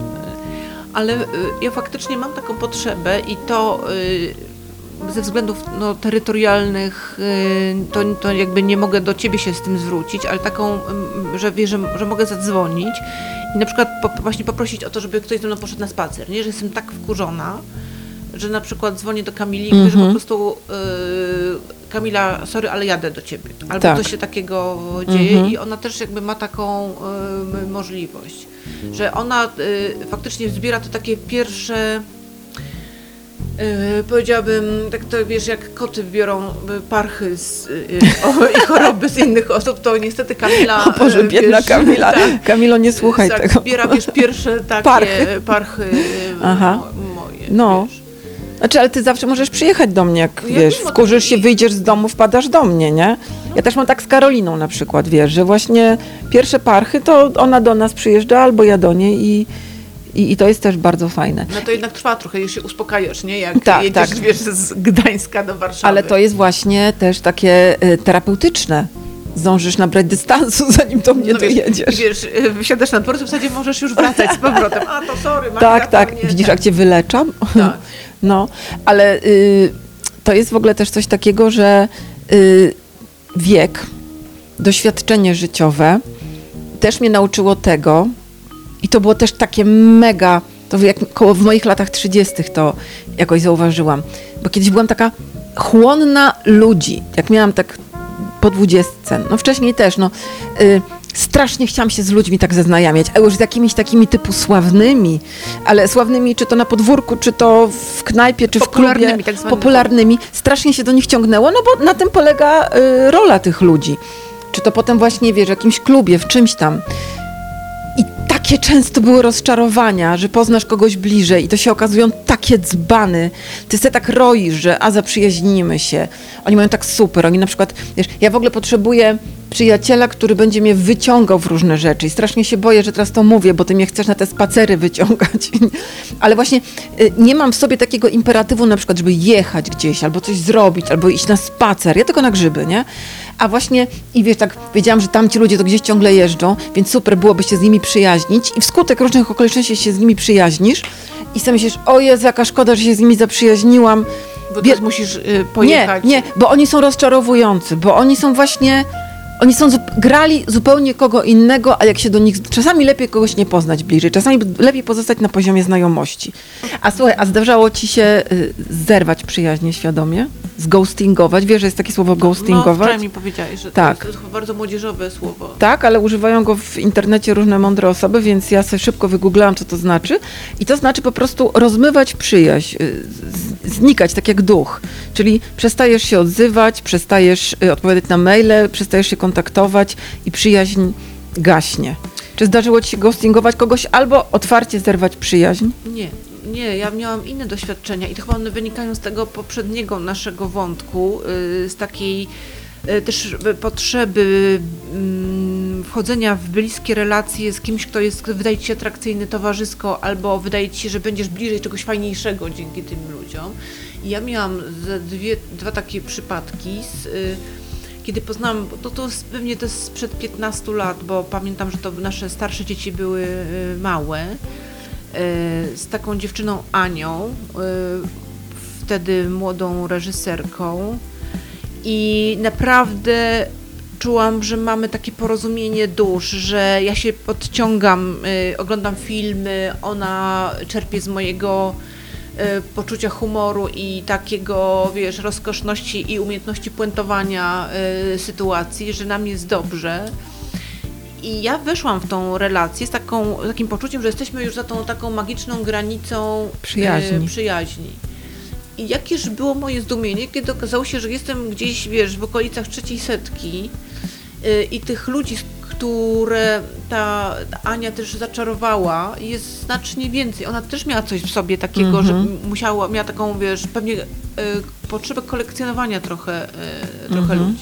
ale ja faktycznie mam taką potrzebę i to ze względów terytorialnych to jakby nie mogę do ciebie się z tym zwrócić, ale taką, że wiesz, że mogę zadzwonić i na przykład właśnie poprosić o to, żeby ktoś ze mną poszedł na spacer, nie? Że jestem tak wkurzona, że na przykład dzwonię do Kamili i mówię, że po prostu Kamila, sorry, ale jadę do ciebie. Albo Tak. coś się takiego dzieje i ona też jakby ma taką możliwość, że ona faktycznie zbiera te takie pierwsze, powiedziałabym, tak to wiesz, jak koty biorą parchy i choroby z innych osób, to niestety Kamila... O Boże, biedna wiesz, Kamila. Tak, Kamilo, nie słuchaj tak, tego. zbiera, wiesz, pierwsze takie parchy moje, No. wiesz. Znaczy, ale ty zawsze możesz przyjechać do mnie, jak Ja wiesz, wiem o tym. wkurzysz się, wyjdziesz z domu, wpadasz do mnie, nie? Ja też mam tak z Karoliną na przykład, wiesz, że właśnie pierwsze parchy to ona do nas przyjeżdża albo ja do niej i to jest też bardzo fajne. No to jednak trwa trochę, już się uspokajasz, nie? Jak Tak, jedziesz, tak. wiesz, z Gdańska do Warszawy. Ale to jest właśnie też takie terapeutyczne. Zdążysz nabrać dystansu, zanim do mnie dojedziesz. Wiesz, wysiadasz na dworcu, w zasadzie możesz już wracać z powrotem. A to sorry, Magda, Tak. to nie, Widzisz, jak cię wyleczam? Tak. No, ale to jest w ogóle też coś takiego, że wiek, doświadczenie życiowe też mnie nauczyło tego i to było też takie mega, to jak w moich latach 30 to jakoś zauważyłam, bo kiedyś byłam taka chłonna ludzi, jak miałam tak po 20, no wcześniej też, strasznie chciałam się z ludźmi tak zaznajamiać, a już z jakimiś takimi typu sławnymi, ale sławnymi czy to na podwórku, czy to w knajpie, czy w klubie, tak zwanymi. popularnymi, strasznie się do nich ciągnęło, no bo na tym polega rola tych ludzi. Czy to potem właśnie, wiesz, w jakimś klubie, w czymś tam. I takie często były rozczarowania, że poznasz kogoś bliżej i to się okazują takie dzbany. Ty se tak roisz, że zaprzyjaźnimy się. Oni mają tak super. Oni na przykład, wiesz, ja w ogóle potrzebuję przyjaciela, który będzie mnie wyciągał w różne rzeczy. I strasznie się boję, że teraz to mówię, bo ty mnie chcesz na te spacery wyciągać. Ale właśnie nie mam w sobie takiego imperatywu na przykład, żeby jechać gdzieś, albo coś zrobić, albo iść na spacer. Ja tylko na grzyby, nie? A właśnie, i wiesz, tak wiedziałam, że tamci ludzie to gdzieś ciągle jeżdżą, więc super byłoby się z nimi przyjaźnić i wskutek różnych okoliczności się z nimi przyjaźnisz i sobie myślisz, o Jezu, jaka szkoda, że się z nimi zaprzyjaźniłam. Bo teraz musisz pojechać. Nie, bo oni są rozczarowujący, bo oni są właśnie, grali zupełnie kogo innego, a jak się do nich, czasami lepiej kogoś nie poznać bliżej, czasami lepiej pozostać na poziomie znajomości. A słuchaj, a zdarzało ci się zerwać przyjaźnie świadomie? Zghostingować? Wiesz, że jest takie słowo No, ghostingować? wczoraj mi powiedziałeś, że Tak. to jest bardzo młodzieżowe słowo. Tak, ale używają go w internecie różne mądre osoby, więc ja sobie szybko wygooglałam, co to znaczy. I to znaczy po prostu rozmywać przyjaźń, znikać, tak jak duch. Czyli przestajesz się odzywać, przestajesz odpowiadać na maile, przestajesz się kontaktować i przyjaźń gaśnie. Czy zdarzyło ci się ghostingować kogoś albo otwarcie zerwać przyjaźń? Nie, ja miałam inne doświadczenia i to chyba one wynikają z tego poprzedniego naszego wątku, z takiej też potrzeby wchodzenia w bliskie relacje z kimś, kto jest, wydaje ci się atrakcyjny towarzysko, albo wydaje ci się, że będziesz bliżej czegoś fajniejszego dzięki tym ludziom. I ja miałam dwa takie przypadki, kiedy poznałam, pewnie to jest sprzed 15 lat, bo pamiętam, że to nasze starsze dzieci były małe, z taką dziewczyną Anią, wtedy młodą reżyserką i naprawdę czułam, że mamy takie porozumienie dusz, że ja się podciągam, oglądam filmy, ona czerpie z mojego poczucia humoru i takiego, wiesz, rozkoszności i umiejętności puentowania sytuacji, że nam jest dobrze. I ja weszłam w tą relację z takim poczuciem, że jesteśmy już za tą taką magiczną granicą przyjaźni. I jakież było moje zdumienie, kiedy okazało się, że jestem gdzieś, wiesz, w okolicach 300 i tych ludzi, które ta Ania też zaczarowała, jest znacznie więcej. Ona też miała coś w sobie takiego, że miała taką, wiesz, pewnie potrzebę kolekcjonowania trochę ludzi.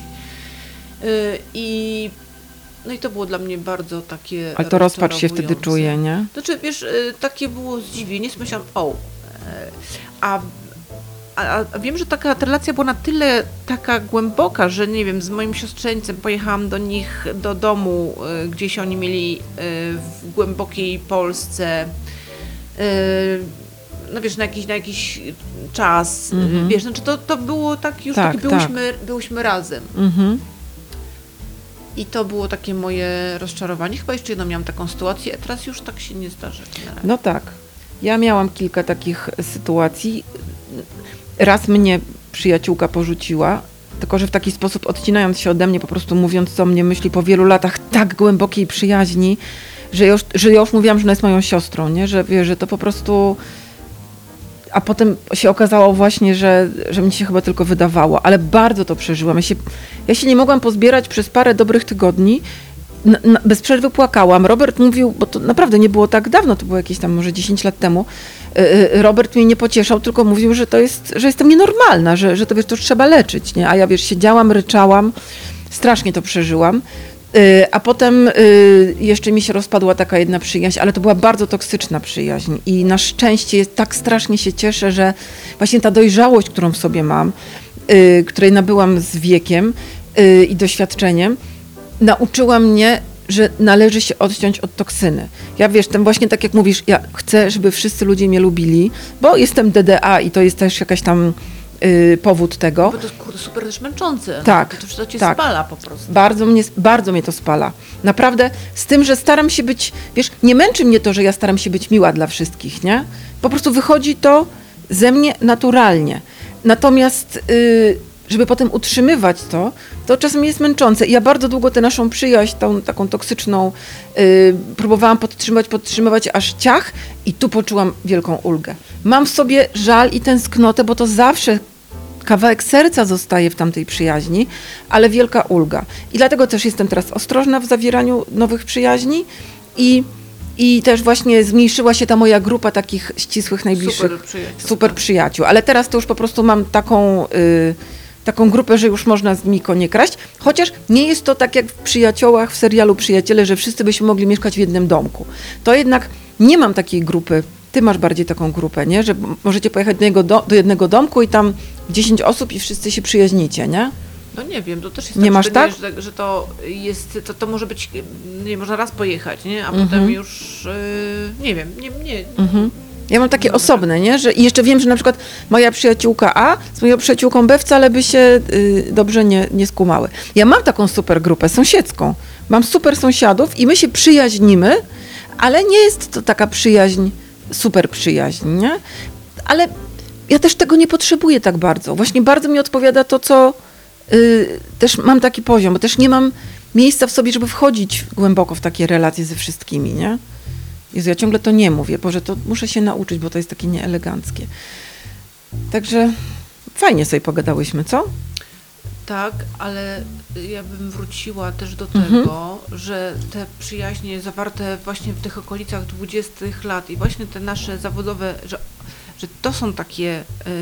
No i to było dla mnie bardzo takie Ale to rozpacz się wtedy czuje, nie? Znaczy, wiesz, takie było zdziwienie, myślałam, a wiem, że taka relacja była na tyle taka głęboka, że nie wiem, z moim siostrzeńcem pojechałam do nich do domu, gdzieś oni mieli w głębokiej Polsce, no wiesz, na jakiś czas, wiesz, znaczy to było tak już, byłyśmy razem. I to było takie moje rozczarowanie. Chyba jeszcze jedno miałam taką sytuację, a teraz już tak się nie zdarza. No tak. Ja miałam kilka takich sytuacji. Raz mnie przyjaciółka porzuciła, tylko że w taki sposób odcinając się ode mnie, po prostu mówiąc, co o mnie myśli po wielu latach tak głębokiej przyjaźni, że ja już mówiłam, że ona jest moją siostrą, nie? Że wiesz, że to po prostu... A potem się okazało właśnie, że mi się chyba tylko wydawało, ale bardzo to przeżyłam. Ja się nie mogłam pozbierać przez parę dobrych tygodni. Bez przerwy płakałam. Robert mówił, bo to naprawdę nie było tak dawno, to było jakieś tam może 10 lat temu. Robert mnie nie pocieszał, tylko mówił, że jestem nienormalna, że to wiesz, to trzeba leczyć, nie? A ja wiesz, siedziałam, ryczałam, strasznie to przeżyłam. A potem jeszcze mi się rozpadła taka jedna przyjaźń, ale to była bardzo toksyczna przyjaźń i na szczęście tak strasznie się cieszę, że właśnie ta dojrzałość, którą w sobie mam, której nabyłam z wiekiem i doświadczeniem, nauczyła mnie, że należy się odciąć od toksyny. Ja wiesz, ten właśnie tak jak mówisz, ja chcę, żeby wszyscy ludzie mnie lubili, bo jestem DDA i to jest też jakaś tam powód tego. Bo to jest kurde, super też męczące. Tak, to cię tak. spala po prostu. Bardzo mnie to spala. Naprawdę, z tym, że staram się być, wiesz, nie męczy mnie to, że ja staram się być miła dla wszystkich, nie? Po prostu wychodzi to ze mnie naturalnie. Natomiast, żeby potem utrzymywać to czasem jest męczące. I ja bardzo długo tę naszą przyjaźń, tą taką toksyczną, próbowałam podtrzymywać aż ciach i tu poczułam wielką ulgę. Mam w sobie żal i tęsknotę, bo to zawsze kawałek serca zostaje w tamtej przyjaźni, ale wielka ulga. I dlatego też jestem teraz ostrożna w zawieraniu nowych przyjaźni i też właśnie zmniejszyła się ta moja grupa takich ścisłych, najbliższych super przyjaciół. Ale teraz to już po prostu mam taką grupę, że już można z nimi konie kraść, chociaż nie jest to tak jak w Przyjaciołach, w serialu Przyjaciele, że wszyscy byśmy mogli mieszkać w jednym domku. To jednak nie mam takiej grupy. Ty masz bardziej taką grupę, nie? Że możecie pojechać do jednego domku i tam 10 osób i wszyscy się przyjaźnicie, nie? No nie wiem, to też jest nie tak, masz tak? Że to jest, to może być, nie można raz pojechać, nie? A potem już, nie wiem, nie. Ja mam takie osobne, nie? I jeszcze wiem, że na przykład moja przyjaciółka A z moją przyjaciółką B wcale by się dobrze nie skumały. Ja mam taką super grupę sąsiedzką. Mam super sąsiadów i my się przyjaźnimy, ale nie jest to taka przyjaźń, super przyjaźń, nie? Ale ja też tego nie potrzebuję tak bardzo. Właśnie bardzo mi odpowiada to, co też mam taki poziom, bo też nie mam miejsca w sobie, żeby wchodzić głęboko w takie relacje ze wszystkimi, nie? Jezu, ja ciągle to nie mówię, Boże, to muszę się nauczyć, bo to jest takie nieeleganckie. Także fajnie sobie pogadałyśmy, co? Tak, ale ja bym wróciła też do tego, że te przyjaźnie zawarte właśnie w tych okolicach 20 lat i właśnie te nasze zawodowe, że to są takie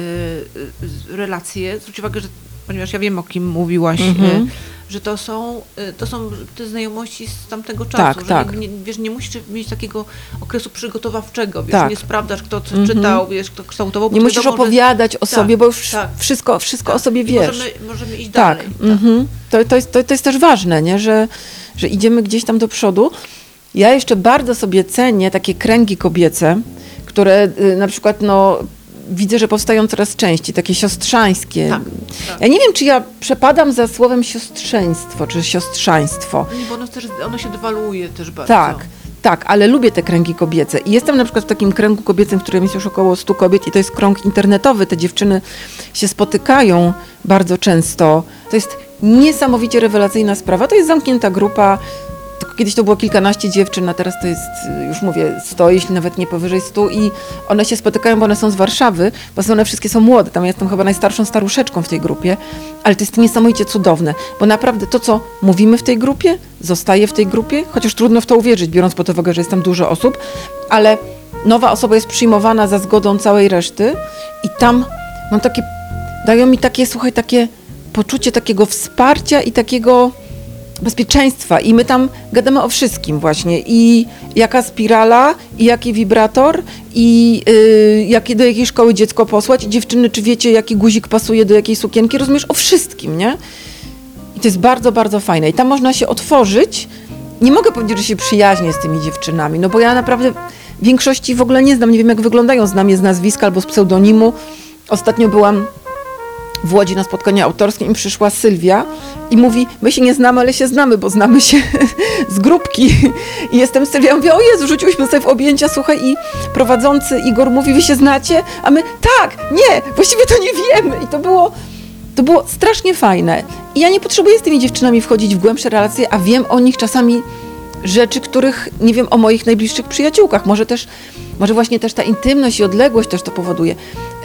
relacje, zwróć uwagę, że ponieważ ja wiem, o kim mówiłaś, że to są te znajomości z tamtego czasu, tak, że tak. Wiesz, nie musisz mieć takiego okresu przygotowawczego, wiesz, tak. Nie sprawdzasz, kto co czytał, wiesz, kto kształtował. Nie musisz opowiadać o sobie, bo już wszystko o sobie wiesz. Możemy iść dalej. To jest też ważne, nie? Że idziemy gdzieś tam do przodu. Ja jeszcze bardzo sobie cenię takie kręgi kobiece, które na przykład widzę, że powstają coraz częściej, takie siostrzańskie. Tak. Ja nie wiem, czy ja przepadam za słowem siostrzeństwo, czy siostrzaństwo. Nie, bo ono się dewaluuje też bardzo. Tak, ale lubię te kręgi kobiece. I jestem na przykład w takim kręgu kobiecym, w którym jest już około 100 kobiet i to jest krąg internetowy. Te dziewczyny się spotykają bardzo często. To jest niesamowicie rewelacyjna sprawa. To jest zamknięta grupa. Tylko kiedyś to było kilkanaście dziewczyn, a teraz to jest, już mówię, 100, jeśli nawet nie powyżej 100 i one się spotykają, bo one są z Warszawy, bo one wszystkie są młode. Tam ja jestem chyba najstarszą staruszeczką w tej grupie, ale to jest niesamowicie cudowne, bo naprawdę to, co mówimy w tej grupie, zostaje w tej grupie, chociaż trudno w to uwierzyć, biorąc pod uwagę, że jest tam dużo osób, ale nowa osoba jest przyjmowana za zgodą całej reszty i tam mam takie, dają mi takie, słuchaj, takie poczucie takiego wsparcia i takiego bezpieczeństwa i my tam gadamy o wszystkim właśnie i jaka spirala i jaki wibrator i do jakiej szkoły dziecko posłać i dziewczyny, czy wiecie, jaki guzik pasuje do jakiej sukienki, rozumiesz, o wszystkim, nie? I to jest bardzo, bardzo fajne i tam można się otworzyć. Nie mogę powiedzieć, że się przyjaźnię z tymi dziewczynami, no bo ja naprawdę większości w ogóle nie znam, nie wiem jak wyglądają, znam je z nazwiska albo z pseudonimu. Ostatnio byłam w Łodzi na spotkaniu autorskim i przyszła Sylwia i mówi, my się nie znamy, ale się znamy, bo znamy się z grupki. I jestem Sylwia, mówię, o Jezu, rzuciłyśmy sobie w objęcia, słuchaj, i prowadzący Igor mówi, wy się znacie? A my, tak, nie, właściwie to nie wiemy. I to było strasznie fajne. I ja nie potrzebuję z tymi dziewczynami wchodzić w głębsze relacje, a wiem o nich czasami rzeczy, których nie wiem o moich najbliższych przyjaciółkach. Może właśnie też ta intymność i odległość też to powoduje.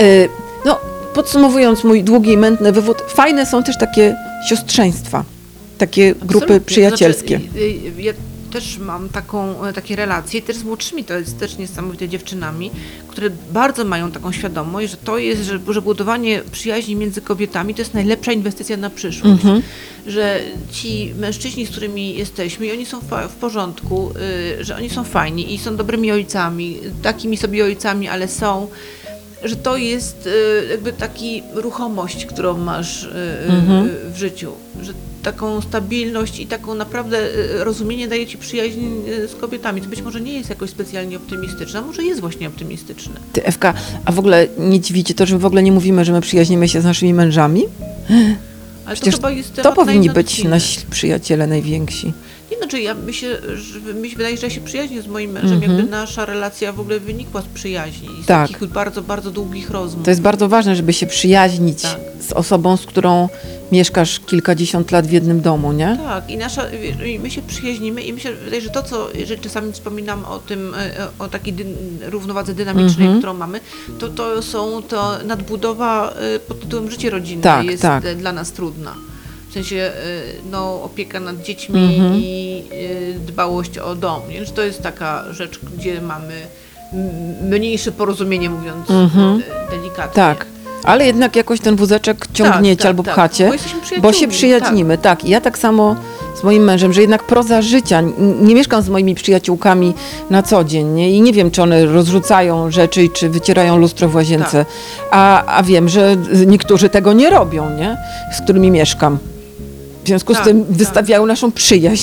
Podsumowując mój długi i mętny wywód, fajne są też takie siostrzeństwa, takie grupy Absolutnie. przyjacielskie. To znaczy, ja też mam takie relacje, też z młodszymi, to jest też niesamowite dziewczynami, które bardzo mają taką świadomość, że to jest, że budowanie przyjaźni między kobietami to jest najlepsza inwestycja na przyszłość. Że ci mężczyźni, z którymi jesteśmy, i oni są w porządku, że oni są fajni i są dobrymi ojcami, takimi sobie ojcami, ale są, że to jest jakby taki ruchomość, którą masz w życiu, że taką stabilność i taką naprawdę rozumienie daje ci przyjaźń z kobietami. To być może nie jest jakoś specjalnie optymistyczne, może jest właśnie optymistyczne. Ty, Ewka, a w ogóle nie dziwicie to, że w ogóle nie mówimy, że my przyjaźnimy się z naszymi mężami? Ale przecież to chyba jest to powinni być nasi przyjaciele najwięksi. Nie, znaczy mi się wydaje, że ja się przyjaźnię z moim mężem, jakby nasza relacja w ogóle wynikła z przyjaźni i z takich bardzo, bardzo długich rozmów. To jest bardzo ważne, żeby się przyjaźnić z osobą, z którą mieszkasz kilkadziesiąt lat w jednym domu, nie? Tak, i my się przyjaźnimy i mi się wydaje, że że czasami wspominam o tym, o takiej równowadze dynamicznej, którą mamy, to nadbudowa pod tytułem życie rodzinne jest dla nas trudna. W sensie opieka nad dziećmi i dbałość o dom. Nie? Że to jest taka rzecz, gdzie mamy mniejsze porozumienie, mówiąc delikatnie. Tak, ale jednak jakoś ten wózeczek ciągniecie albo pchacie, bo się przyjaźnimy. Tak, i ja tak samo z moim mężem, że jednak proza życia, nie mieszkam z moimi przyjaciółkami na co dzień, nie? I nie wiem, czy one rozrzucają rzeczy, czy wycierają lustro w łazience, a wiem, że niektórzy tego nie robią, nie? Z którymi mieszkam. W związku z tym wystawiają naszą przyjaźń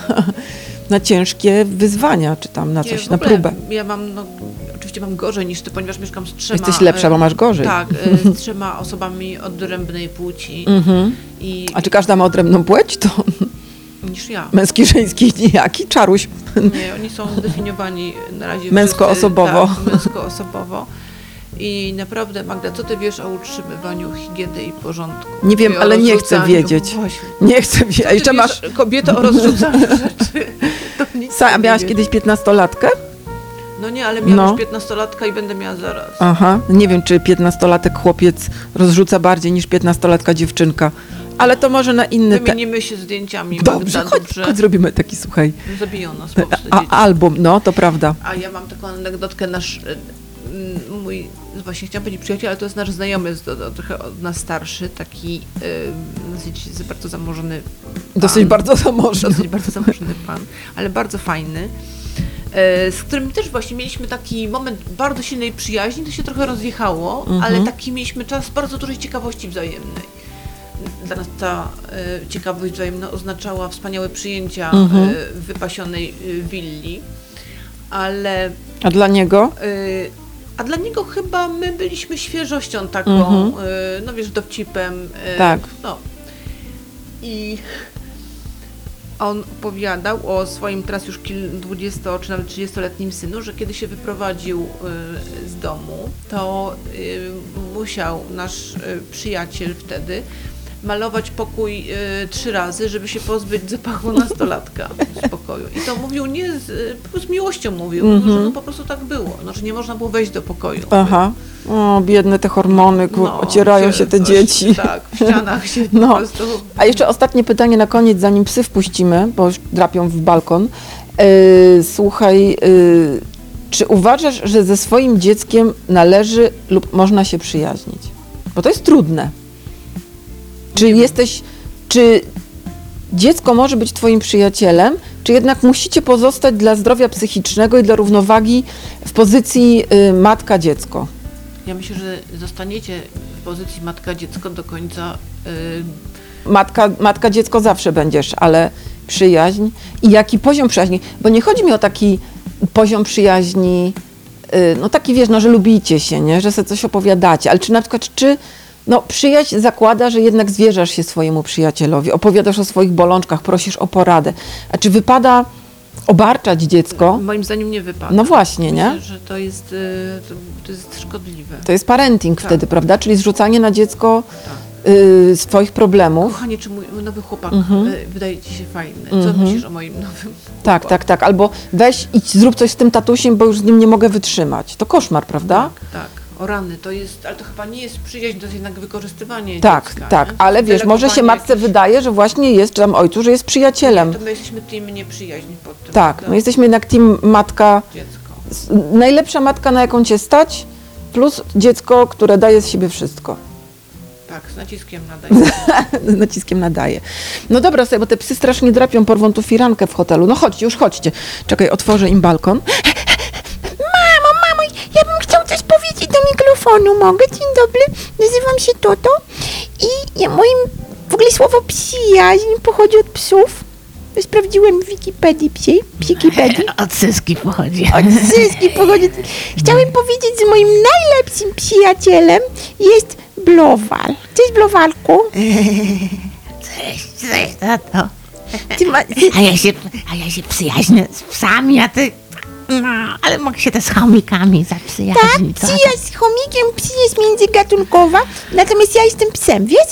na ciężkie wyzwania, czy tam na coś, na próbę. Ja oczywiście mam gorzej niż ty, ponieważ mieszkam z 3. Jesteś lepsza, bo masz gorzej. Tak, z 3 osobami odrębnej płci. A czy każda ma odrębną płeć? To niż ja. Męski, żeński, nijaki, czaruś. Nie, oni są zdefiniowani na razie męskoosobowo. Męskoosobowo. I naprawdę, Magda, co ty wiesz o utrzymywaniu higieny i porządku? Nie wiem, ale nie chcę wiedzieć. Nie chcę wiedzieć. A jeszcze masz kobietę o rozrzucaniu rzeczy. A miałaś kiedyś 15-latkę? No nie, ale miałam już 15-latka i będę miała zaraz. Aha, nie wiem, czy 15-latek chłopiec rozrzuca bardziej niż 15-latka dziewczynka. Ale to może na inny... Wymienimy się zdjęciami. Dobrze, chodź zrobimy taki, słuchaj. Zabiją nas po prostu album, to prawda. A ja mam taką anegdotkę, mój, właśnie chciałam powiedzieć przyjaciel, ale to jest nasz znajomy, trochę od nas starszy, taki dosyć bardzo zamożony pan. Dosyć bardzo zamożny pan, ale bardzo fajny, z którym też właśnie mieliśmy taki moment bardzo silnej przyjaźni, to się trochę rozjechało, ale taki mieliśmy czas bardzo dużej ciekawości wzajemnej. Dla nas ta ciekawość wzajemna oznaczała wspaniałe przyjęcia w wypasionej willi, ale... A dla niego? A dla niego chyba my byliśmy świeżością taką, no wiesz, dowcipem. Tak. No. I on opowiadał o swoim teraz już 20 czy nawet 30-letnim synu, że kiedy się wyprowadził z domu, to musiał nasz przyjaciel wtedy malować pokój 3 razy, żeby się pozbyć zapachu nastolatka z pokoju. I to mówił nie z miłością mówił, że no po prostu tak było, no, że nie można było wejść do pokoju. Aha. O, biedne te hormony, ocierają się te dzieci. Tak, w ścianach się po prostu... A jeszcze ostatnie pytanie na koniec, zanim psy wpuścimy, bo już drapią w balkon. Słuchaj, czy uważasz, że ze swoim dzieckiem należy lub można się przyjaźnić? Bo to jest trudne. Czy dziecko może być twoim przyjacielem, czy jednak musicie pozostać dla zdrowia psychicznego i dla równowagi w pozycji matka-dziecko? Ja myślę, że zostaniecie w pozycji matka-dziecko do końca. Matka-dziecko zawsze będziesz, ale przyjaźń i jaki poziom przyjaźni? Bo nie chodzi mi o taki poziom przyjaźni, no taki wiesz, no, że lubicie się, nie? Że sobie coś opowiadacie, ale czy na przykład, przyjaźń zakłada, że jednak zwierzasz się swojemu przyjacielowi, opowiadasz o swoich bolączkach, prosisz o poradę. A czy wypada obarczać dziecko? Moim zdaniem nie wypada. No właśnie, nie? Myślę, że to jest szkodliwe. To jest parenting wtedy, prawda? Czyli zrzucanie na dziecko swoich problemów. Kochanie, czy mój nowy chłopak wydaje ci się fajny? Co myślisz o moim nowym chłopaku? Tak. Albo weź i zrób coś z tym tatusiem, bo już z nim nie mogę wytrzymać. To koszmar, prawda? Tak. O rany, ale to chyba nie jest przyjaźń, to jest jednak wykorzystywanie tak, dziecka. Tak, nie? ale wiesz, może się matce wydaje, że właśnie jest, czy tam ojcu, że jest przyjacielem. Nie, to my jesteśmy team nieprzyjaźni pod tym. Tak, my jesteśmy jednak team matka, dziecko. Najlepsza matka, na jaką cię stać, plus dziecko, które daje z siebie wszystko. Tak, z naciskiem nadaje. Z naciskiem nadaje. No dobra, sobie, bo te psy strasznie drapią, porwą tu firankę w hotelu. No chodźcie, już chodźcie. Czekaj, otworzę im balkon. Mamo, ja bym chciał coś powiedzieć do mikrofonu, mogę? Dzień dobry, nazywam się Toto i moim w ogóle słowo przyjaźń pochodzi od psów. Sprawdziłem w Wikipedii psikipedii. Od syski pochodzi. Od syski pochodzi. Chciałem powiedzieć, że moim najlepszym przyjacielem jest Blowal. Cześć, Blowalku. Cześć, tato. A ja się przyjaźnię z psami, a ty... No, ale mogę się też z chomikami zaprzyjaźnić. Tak, przyjaźń z chomikiem, przyjaźń międzygatunkowa, natomiast ja jestem psem, wiesz?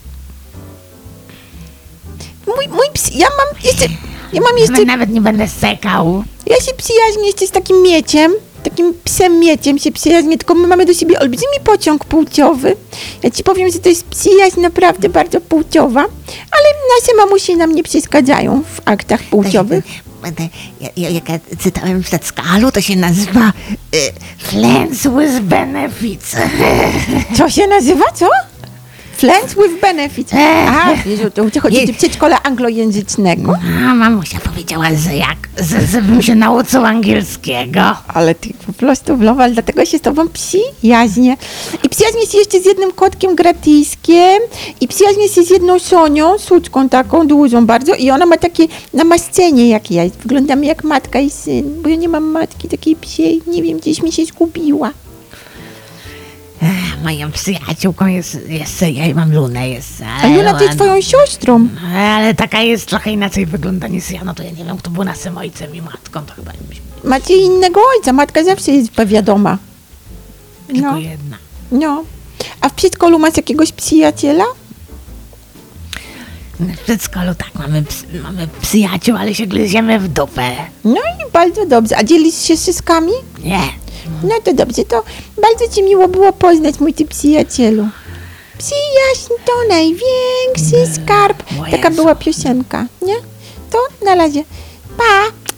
Mój ps, ja mam jeszcze... Nawet nie będę sekał. Ja się przyjaźnię jeszcze z takim mieciem, takim psem mieciem się przyjaźnię, tylko my mamy do siebie olbrzymi pociąg płciowy. Ja ci powiem, że to jest przyjaźń naprawdę bardzo płciowa, ale nasze mamusie nam nie przeszkadzają w aktach płciowych. Jak ja czytałem w Stackalu, to się nazywa Friends with Benefits. Co się nazywa, co? Friends with Benefits. Aha, to chodzi o przedszkola anglojęzycznego. A mamusia powiedziała, że żebym się nauczył angielskiego. Ale ty po prostu Blowal, dlatego się z tobą przyjaźnię. I przyjaźnię się jeszcze z jednym kotkiem Gratiskiem i przyjaźnię się z jedną Sonią, suczką taką dużą bardzo i ona ma takie namaszczenie jak ja. Wyglądamy jak matka i syn, bo ja nie mam matki takiej psiej, nie wiem, gdzieś mi się zgubiła. Moją przyjaciółką jest ja mam Lunę, jest. A Luna to jest twoją siostrą. Ale taka jest trochę inaczej wygląda niż ja, no to ja nie wiem, kto był naszym ojcem i matką, to chyba nie byśmy. Macie innego ojca, matka zawsze jest wiadoma. Tylko jedna. No. A w przedszkolu masz jakiegoś przyjaciela? W przedszkolu tak, mamy przyjaciół, ale się gryziemy w dupę. No i bardzo dobrze. A dzielisz się z zyskami? Nie. No to dobrze, to bardzo ci miło było poznać, mój ty przyjacielu. Przyjaźń to największy skarb. Taka była piosenka, nie? To na razie. Pa!